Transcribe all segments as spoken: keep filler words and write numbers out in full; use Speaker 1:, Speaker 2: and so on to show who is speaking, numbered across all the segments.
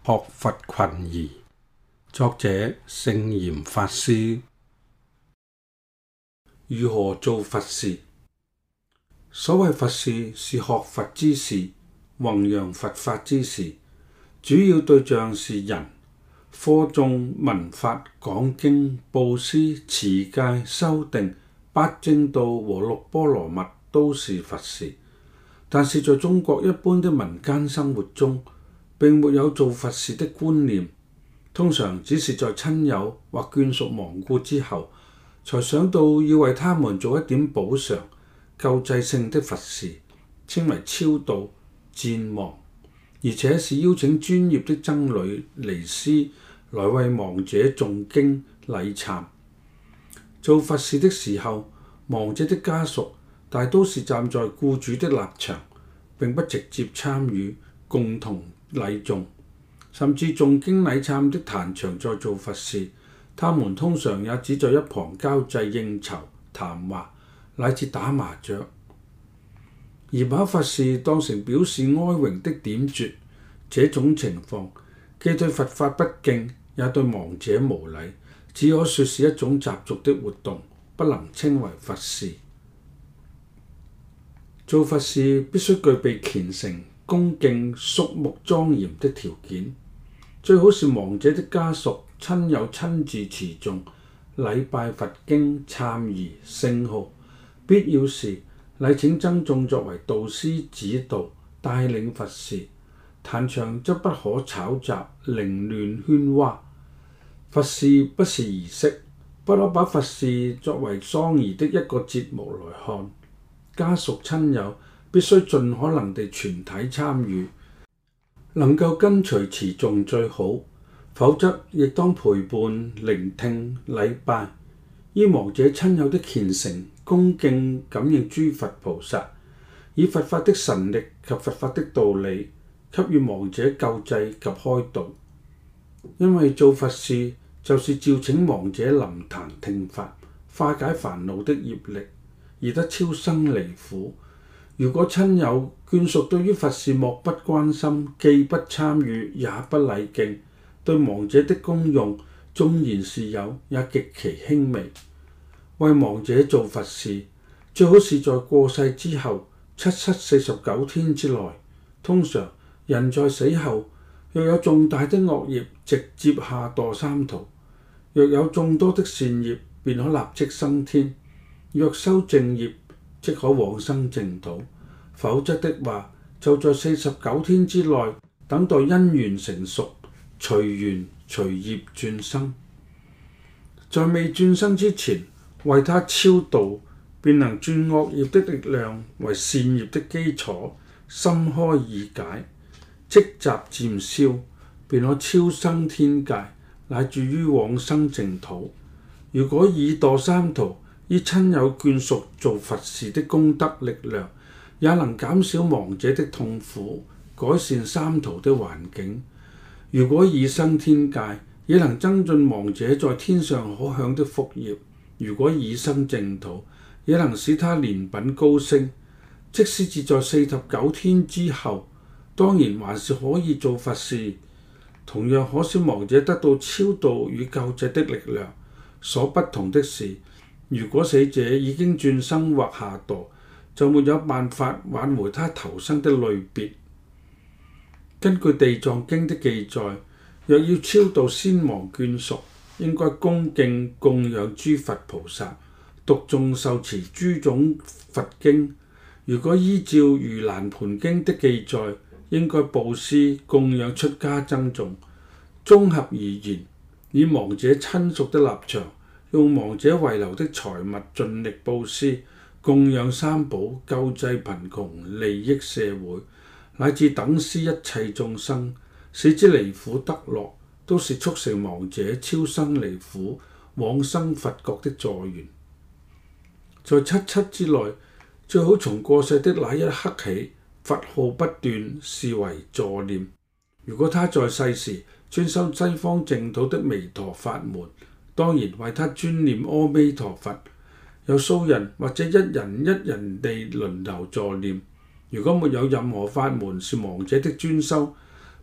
Speaker 1: 學佛群疑，作者聖嚴法師。如何做佛事？所謂佛事是學佛之事，弘揚佛法之事，主要對象是人。課誦、聞法、講經、布施、持戒、修定、八正道和六波羅蜜都是佛事。但是在中國一般的民間生活中，並沒有做佛事的觀念，通常只是在親友或眷屬亡故之後，才想到要為他們做一點補償、救濟性的佛事，稱為超度、瞻亡，而且是邀請專業的僧侶、尼師來為亡者誦經禮懺。做佛事的時候，亡者的家屬大都是站在雇主的立場，並不直接參與共同禮誦，甚至誦經禮懺的壇場在做佛事，他們通常也只在一旁交際應酬、談話，乃至打麻雀。而把佛事當成表示哀榮的點綴，這種情況既對佛法不敬，也對亡者無禮，只可說是一種習俗的活動，不能稱為佛事。做佛事必須具備虔誠、恭敬、肅穆莊嚴的條件，最好是亡者的家屬、親友親自持誦、禮拜佛經、懺儀、聖號，必要時禮請僧眾作為導師指導，帶領佛事。壇場則不可吵雜、凌亂喧嘩。佛事不是儀式，不可把佛事作為喪儀的一個節目來看。家屬親友必須盡可能地全體參與，能夠跟隨持誦最好，否則亦當陪伴、聆聽、禮拜，依亡者親友的虔誠、恭敬感應諸佛菩薩，以佛法的神力及佛法的道理，給予亡者救濟及開導。因為做佛事就是召請亡者臨壇聽法，化解煩惱的業力，而得超生離苦。如果親友眷屬對於佛事漠不關心，既不參與也不禮敬，對亡者的功用縱然是有，也極其輕微。為亡者做佛事，最好是在過世之後七七四十九天之內。通常人在死後，若有重大的惡業，直接下墮三途；若有眾多的善業，便可立即升天；若修正業，即可往生淨土。否則的話，就在四十九天之內，等待因緣成熟，隨緣隨業轉生。在未轉生之前，為他超度，便能轉惡業的力量為善業的基礎，心開意解，積集漸消，便可超生天界，乃至於往生淨土。如果已墮三途，依親友眷屬做佛事的功德力量，也能減少亡者的痛苦，改善三途的環境。如果已生天界，也能增進亡者在天上可享的福業。如果已生淨土，也能使他蓮品高升。即使是在四十九天之後，當然還是可以做佛事，同樣可使亡者得到超度與救濟的力量。所不同的是，如果死者已經轉生或下墮，就沒有辦法挽回他投生的類別。根據《地藏經》的記載，若要超度先亡眷屬，應該恭敬供養諸佛菩薩，讀誦受持諸種佛經。如果依照《盂蘭盆經》的記載，應該布施供養出家僧眾。綜合而言，以亡者親屬的立場，用亡者遺留的財物盡力布施，供養三寶，救濟貧窮，利益社會，乃至等施一切眾生，使之離苦得樂，都是促成亡者超生離苦、往生佛國的助緣。在七七之內，最好從過世的那一刻起，佛號不斷，視為助念。如果他在世時專修西方淨土的彌陀法門，當然為他專念阿彌陀佛。有數人或者一人一人地輪流助念。如果沒有任何法門是亡者的專修，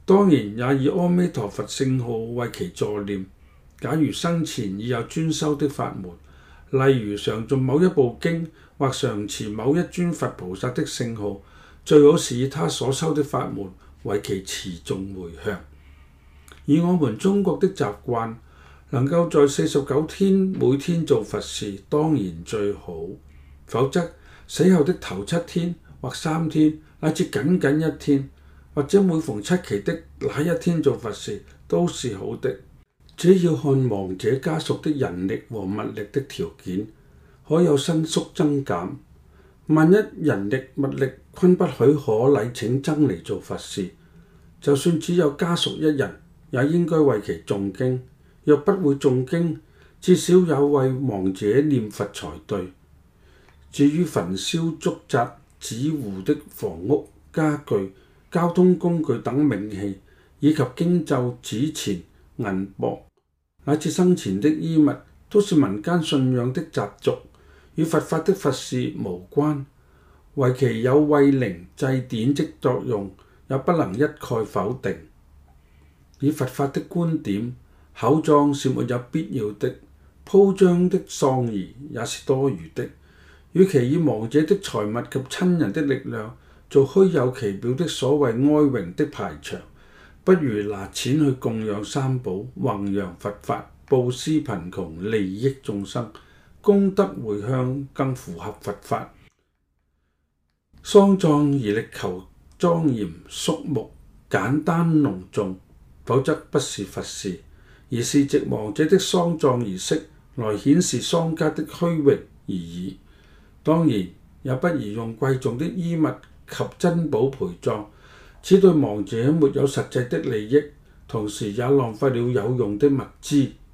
Speaker 1: 當然也以阿彌陀佛聖號為其助念。假如生前已有專修的法門，例如常誦某一部經或常持某一尊佛菩薩的聖號，最好是以他所修的法門為其持誦迴向。以我們中國的習慣，能夠在四十九天每天做佛事，當然最好。否則死後的頭七天或三天，乃至僅僅一天，或者每逢七期的那一天做佛事，都是好的。這要看亡者家屬的人力和物力的條件，可有伸縮增減。萬一人力物力均不許可禮請僧尼做佛事，就算只有家屬一人，也應該為其誦經。若不會誦經，至少有為亡者念佛才對。至於焚燒竹紮紙糊的房屋、家具、交通工具等冥器，以及經咒、紙錢、銀箔，乃至生前的衣物，都是民間信仰的習俗，與佛法的佛事無關。為其有慰靈祭典的作用，也不能一概否定。以佛法的觀點，厚葬是沒有必要的，鋪張的喪儀也是多餘的。與其以亡者的財物及親人的力量做虛有其表的所謂哀榮的排場，不如拿錢去供養三寶、弘揚佛法、布施貧窮、利益眾生，功德迴向更符合佛法。喪葬而力求莊嚴肅穆、簡單隆重，否則不是佛事，而是藉亡者的喪葬儀式來顯示喪家的虛榮而已。當然，也不宜用貴重的衣物及珍寶陪葬，此對亡者沒有實際的利益，同時也浪費了有用的物資。